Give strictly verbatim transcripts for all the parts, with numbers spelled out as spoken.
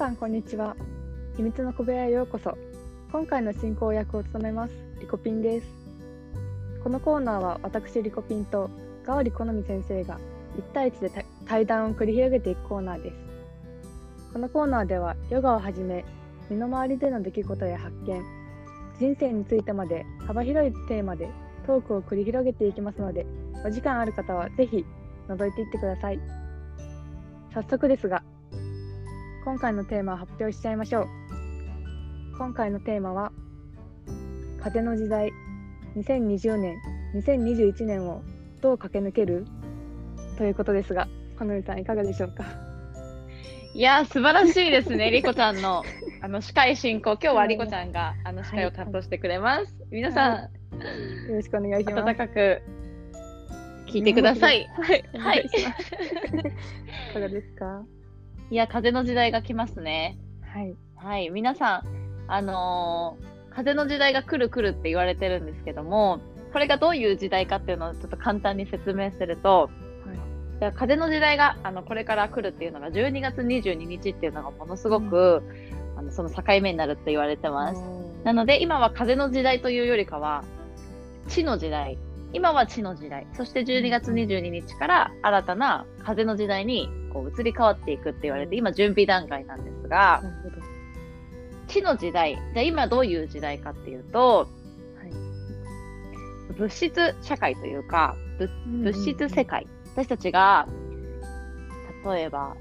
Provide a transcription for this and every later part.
さんこんにちは。秘密の小部屋へようこそ。今回の進行役を務めますリコピンです。このコーナーは私リコピンとガオリ好み先生がいち対いちで対談を繰り広げていくコーナーです。このコーナーではヨガをはじめ身の回りでの出来事や発見、人生についてまで幅広いテーマでトークを繰り広げていきますので、お時間ある方はぜひ覗いていってください。早速ですが今回のテーマを発表しちゃいましょう。今回のテーマは風の時代、にせんにじゅうねん、にせんにじゅういちねんをどう駆け抜けるということですが、好みさんいかがでしょうか。 いやー素晴らしいですね。リコちゃんのあの司会進行、今日はリコちゃんがあの司会を担当してくれます。皆さん、 はい、よろしくお願いします。 温かく聞いてください。 はい、はい、いかがですか。 いや、風の時代が来ますね。 はい、 はい、皆さん、あのー、風の時代が来る来るって言われてるんですけども、これがどういう時代かっていうのをちょっと簡単に説明すると、はい、風の時代があのこれから来るっていうのがじゅうにがつにじゅうににちっていうのがものすごく、うん、あのその境目になるって言われてます。なので今は風の時代というよりかは地の時代、今は地の時代、そしてじゅうにがつにじゅうににちから新たな風の時代にこう移り変わっていくって言われて、今準備段階なんですが、なるほど。地の時代、じゃあ今どういう時代かっていうと、はい、物質社会というか 物, 物質世界、私たちが例えば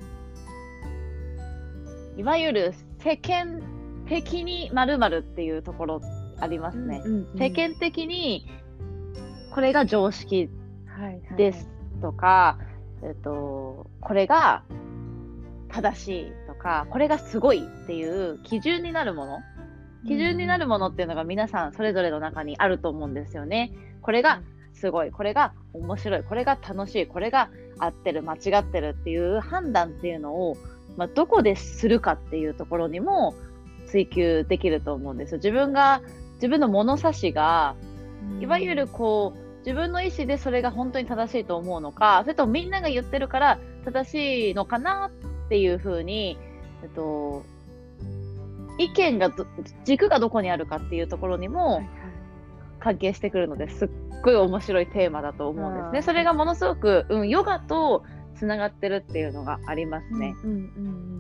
いわゆる世間的に〇〇っていうところありますね、うんうんうん、世間的にこれが常識ですとか、はいはいはい、えっと、これが正しいとか、これがすごいっていう基準になるもの、基準になるものっていうのが皆さんそれぞれの中にあると思うんですよね。これがすごい、これが面白い、これが楽しい、これが合ってる、間違ってるっていう判断っていうのを、まあ、どこでするかっていうところにも追求できると思うんですよ。自分が、自分の物差しが、いわゆるこう、自分の意思でそれが本当に正しいと思うのか、それともみんなが言ってるから正しいのかなっていうふうに、えっと、意見が、軸がどこにあるかっていうところにも関係してくるので、すっごい面白いテーマだと思うんですね。それがものすごく、うん、ヨガとつながってるっていうのがありますね。うんうんうん、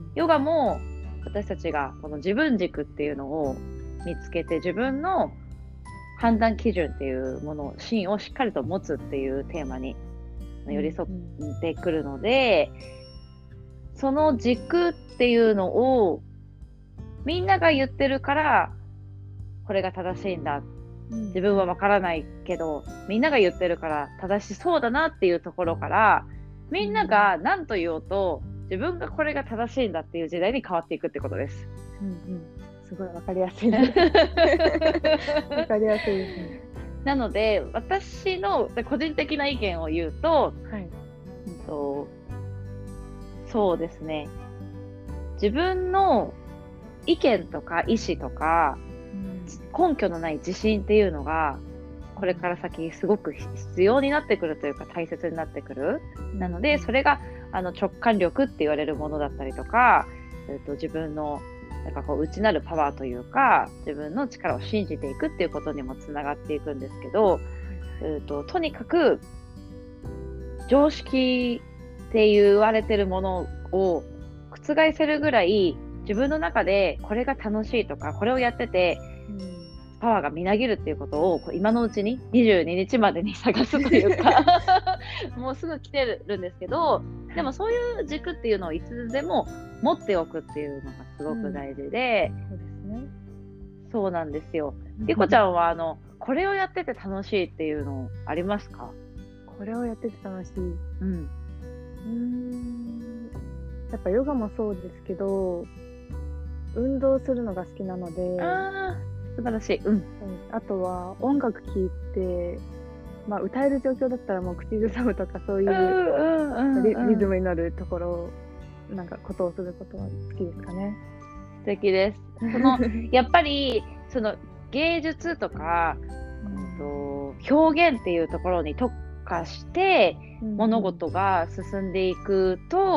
ヨガも私たちがこの自分軸っていうのを見つけて、自分の判断基準っていうものを、芯をしっかりと持つっていうテーマに寄り添ってくるので、うんうん、その軸っていうのをみんなが言ってるからこれが正しいんだ、うん、自分はわからないけどみんなが言ってるから正しそうだなっていうところから、みんなが何と言おうと自分がこれが正しいんだっていう時代に変わっていくってことです。 うんうん、すごいわかりやすいですわかりやすいですね。 なので私の個人的な意見を言うと、はい、うんと、そうですね、自分の意見とか意思とか、うん、根拠のない自信っていうのがこれから先すごく必要になってくるというか大切になってくる。なのでそれがあの直感力って言われるものだったりとか、えーと、自分のなんかこう内なるパワーというか自分の力を信じていくっていうことにもつながっていくんですけど、えーと、とにかく常識って言われてるものを覆せるぐらい自分の中でこれが楽しいとかこれをやっててパワーがみなぎるっていうことを今のうちににじゅうににちまでに探すというかもうすぐ来てるんですけど、でもそういう軸っていうのをいつでも持っておくっていうのがすごく大事で、うん、そうですね。そうなんですよ。リコちゃんはあのこれをやってて楽しいっていうのありますか？ これをやってて楽しい。うん。うーん。やっぱヨガもそうですけど、運動するのが好きなので。 あー素晴らしい、うん、 あとは音楽聴いて、まあ、歌える状況だったらもう口ずさむとかそういうリ、リズムになるところなんかことをすることは好きですかね。 素敵です。そのやっぱりその芸術とか、うん、と表現っていうところに特化して物事が進んでいくと、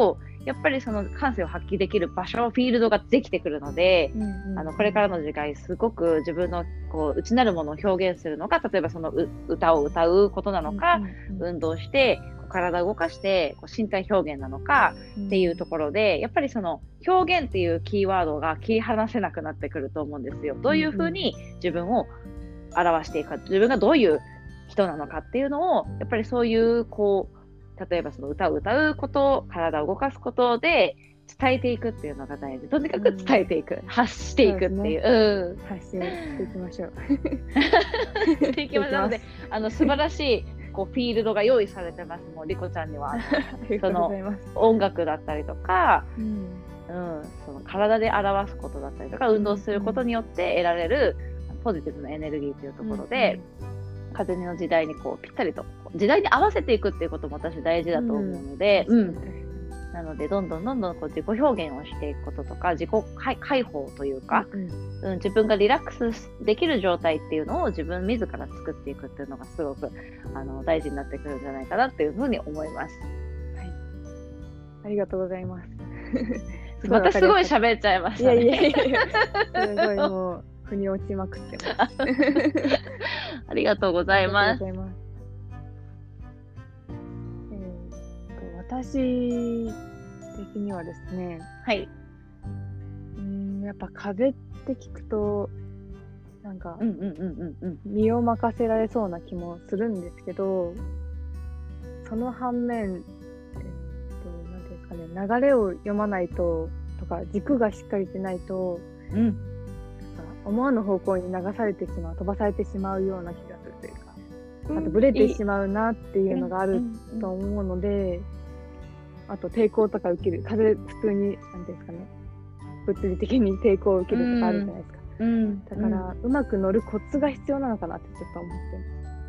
やっぱりその感性を発揮できる場所、フィールドができてくるので、うんうん、あのこれからの時代すごく自分のこう内なるものを表現するのが、例えばその歌を歌うことなのか、うんうんうん、運動して体を動かしてこう身体表現なのかっていうところで、うん、やっぱりその表現っていうキーワードが切り離せなくなってくると思うんですよ。どういうふうに自分を表していくか、自分がどういう人なのかっていうのを、やっぱりそういうこう例えばその歌を歌うこと、体を動かすことで伝えていくっていうのが大事。とにかく伝えていく、うん、発していくっていう。う、ね、うん、 発信していきましょう。 していきましょう。なので、あの素晴らしいこうフィールドが用意されてます。もうリコちゃんにはその音楽だったりとか、うん、うん、その体で表すことだったりとか、運動することによって得られるポジティブなエネルギーというところで。うんうん、風の時代にこうぴったりと時代に合わせていくっていうことも私大事だと思うので、うんうん、なのでどんどんどんどんこう自己表現をしていくこととか、自己解放というか、うんうんうん、自分がリラックスできる状態っていうのを自分自ら作っていくっていうのがすごくあの大事になってくるんじゃないかなっていうふうに思います。 はい、ありがとうございます。 またすごい喋っちゃいましたね。いやいやいや、 すごいもう腑に落ちまくってます。 ありがとうございます。 ありがとうございます。えー、と私的にはですね、 はい。 うーん、やっぱ風って聞くとなんか身を任せられそうな気もするんですけど、その反面、えー、となんていうんですかね、流れを読まないととか軸がしっかりしてないと。うん、思わぬ方向に流されてしまう、飛ばされてしまうような気がするというか、うん、あとブレてしまうなっていうのがあると思うので、うん、あと抵抗とか受ける、風普通になんていうんですかね、物理的に抵抗を受けるとかあるじゃないですか、うん、だから、うん、うまく乗るコツが必要なのかなってちょっと思ってます。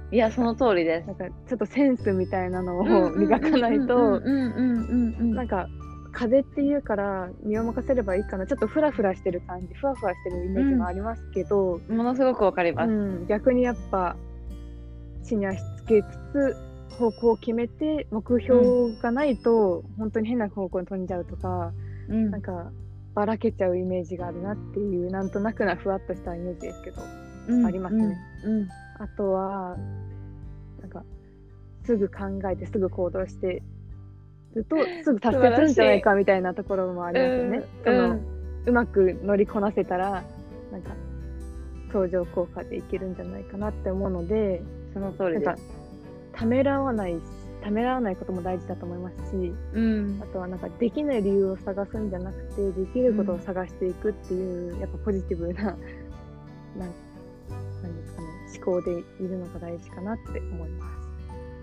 いや、その通りです。 なんかちょっとセンスみたいなのを磨かないと、なんか風っていうから身を任せればいいかな、ちょっとフラフラしてる感じ、ふわふわしてるイメージもありますけど、 うん、ものすごくわかります、 うん、逆にやっぱ地に足つけつつ方向を決めて目標がないと、うん、本当に変な方向に飛んじゃうとか、うん、なんかばらけちゃうイメージがあるなっていう、なんとなくなふわっとしたイメージですけど、うん、ありますね、うんうん、あとはなんかすぐ考えてすぐ行動してずっとすぐ達成するんじゃないかみたいなところもありますよね。その、うん、うまく乗りこなせたらなんか相乗効果でいけるんじゃないかなって思うので、 その通りです。 なんかためらわないためらわないことも大事だと思いますし、うん、あとはなんかできない理由を探すんじゃなくてできることを探していくっていう、うん、やっぱポジティブな、なん、なんですかね、思考でいるのが大事かなって思います。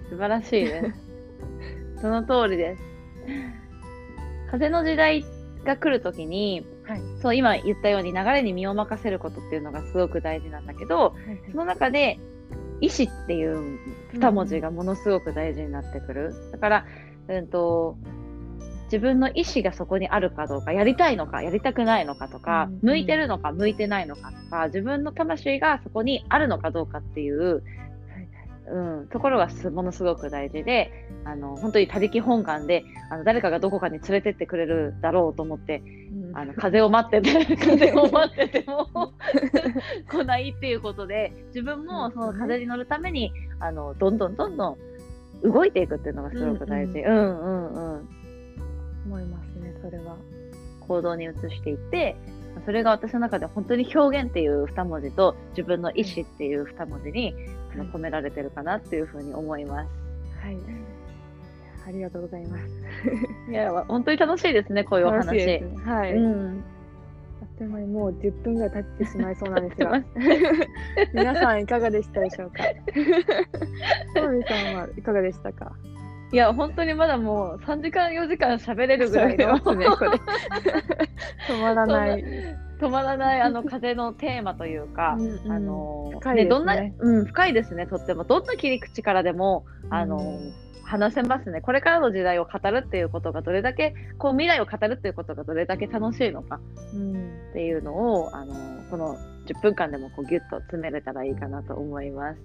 素晴らしいですその通りです。風の時代が来るときに、はい、そう今言ったように流れに身を任せることっていうのがすごく大事なんだけど、はいはい、その中で意志っていう二文字がものすごく大事になってくる。うん、だから、うんと、自分の意志がそこにあるかどうか、やりたいのかやりたくないのかとか、うん、向いてるのか向いてないのかとか、自分の魂がそこにあるのかどうかっていううん、ところがものすごく大事で、あの本当に他力本願であの誰かがどこかに連れてってくれるだろうと思って、うん、あの風を待ってて風を待ってても来ないっていうことで、自分もその風に乗るためにあのどんどんどんどん動いていくっていうのがすごく大事。うんうんうん、うん、 思いますね。それは行動に移していって、それが私の中で本当に表現っていう二文字と自分の意志っていう二文字に、うん、あの込められてるかなっていうふうに思います。 はい、ありがとうございます。 いや本当に楽しいですね、こういうお話。楽しいですね。 はい。うん、あっという間にもうじゅっぷんぐらい経ってしまいそうなんですが、皆さんいかがでしたでしょうか。トミさんはいかがでしたか。 いや本当にまだもうさんじかんよじかん喋れるぐらいのね、これ止まらない止まらないあの風のテーマというか、うん、うん、あの深いですね。 どんな、うん、深いですね。とってもどんな切り口からでもあの、うん、話せますね。これからの時代を語るっていうことがどれだけこう未来を語るっていうことがどれだけ楽しいのかっていうのを、あのこのじゅっぷんかんでもこうギュッと詰めれたらいいかなと思います。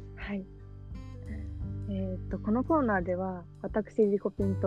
はい。えー、とこのコーナーでは私リコピンと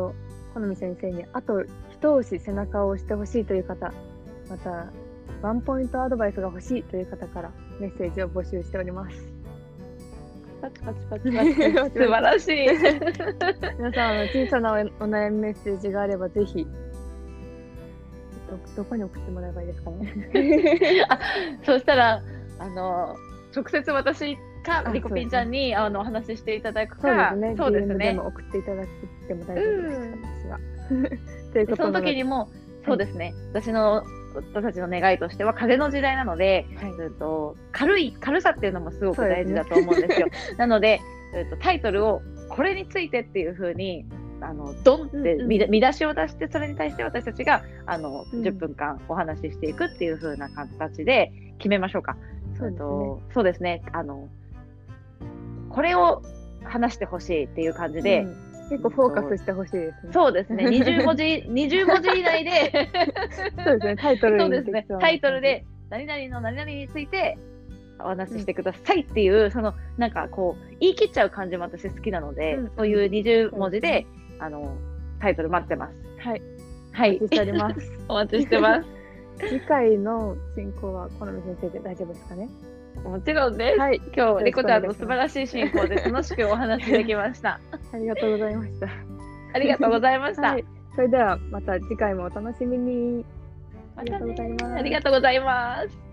好み先生にあと一押し背中を押してほしいという方、またワンポイントアドバイスが欲しいという方からメッセージを募集しております。 パチパチパチパチ素晴らしい。 皆さん、あの小さなお悩みメッセージがあればぜひ ど, どこに送ってもらえばいいですかね。 あ、そうしたらあの直接私かリコピンちゃんにあのお話ししていただくか、 そうですね。ディーエム でも送っていただいても大丈夫です。私は。ということその時にもそうですね。はい、私の私たちの願いとしては風の時代なので、はい、と軽い軽さっていうのもすごく大事だと思うんですよ。すね、なので、とタイトルをこれについてっていう風にあのドンって見、うんうん、見出しを出して、それに対して私たちがあの、うん、じゅっぷんかんお話ししていくっていう風な形で決めましょうか。そうですね。とそうですね。あのこれを話してほしいっていう感じで。うん、 結構フォーカスしてほしいですね。 そうですね。にじゅう文字、にじゅう文字以内でそうですね。タイトルそうですね。タイトルで何々の何々についてお話ししてくださいっていう、うん、そのなんかこう言い切っちゃう感じも私好きなので、うん、そういうにじゅう文字で、ね、あのタイトル待ってます。 はい。 はい。 お待ちしております。 お待ちしてます。 次回の進行は好み先生で大丈夫ですかね。 もちろんです。はい、今日リコちゃんの素晴らしい進行で楽しくお話できました。 ありがとうございました。 ありがとうございました。はい、 それではまた次回もお楽しみに。 ありがとうございます。ありがとうございます。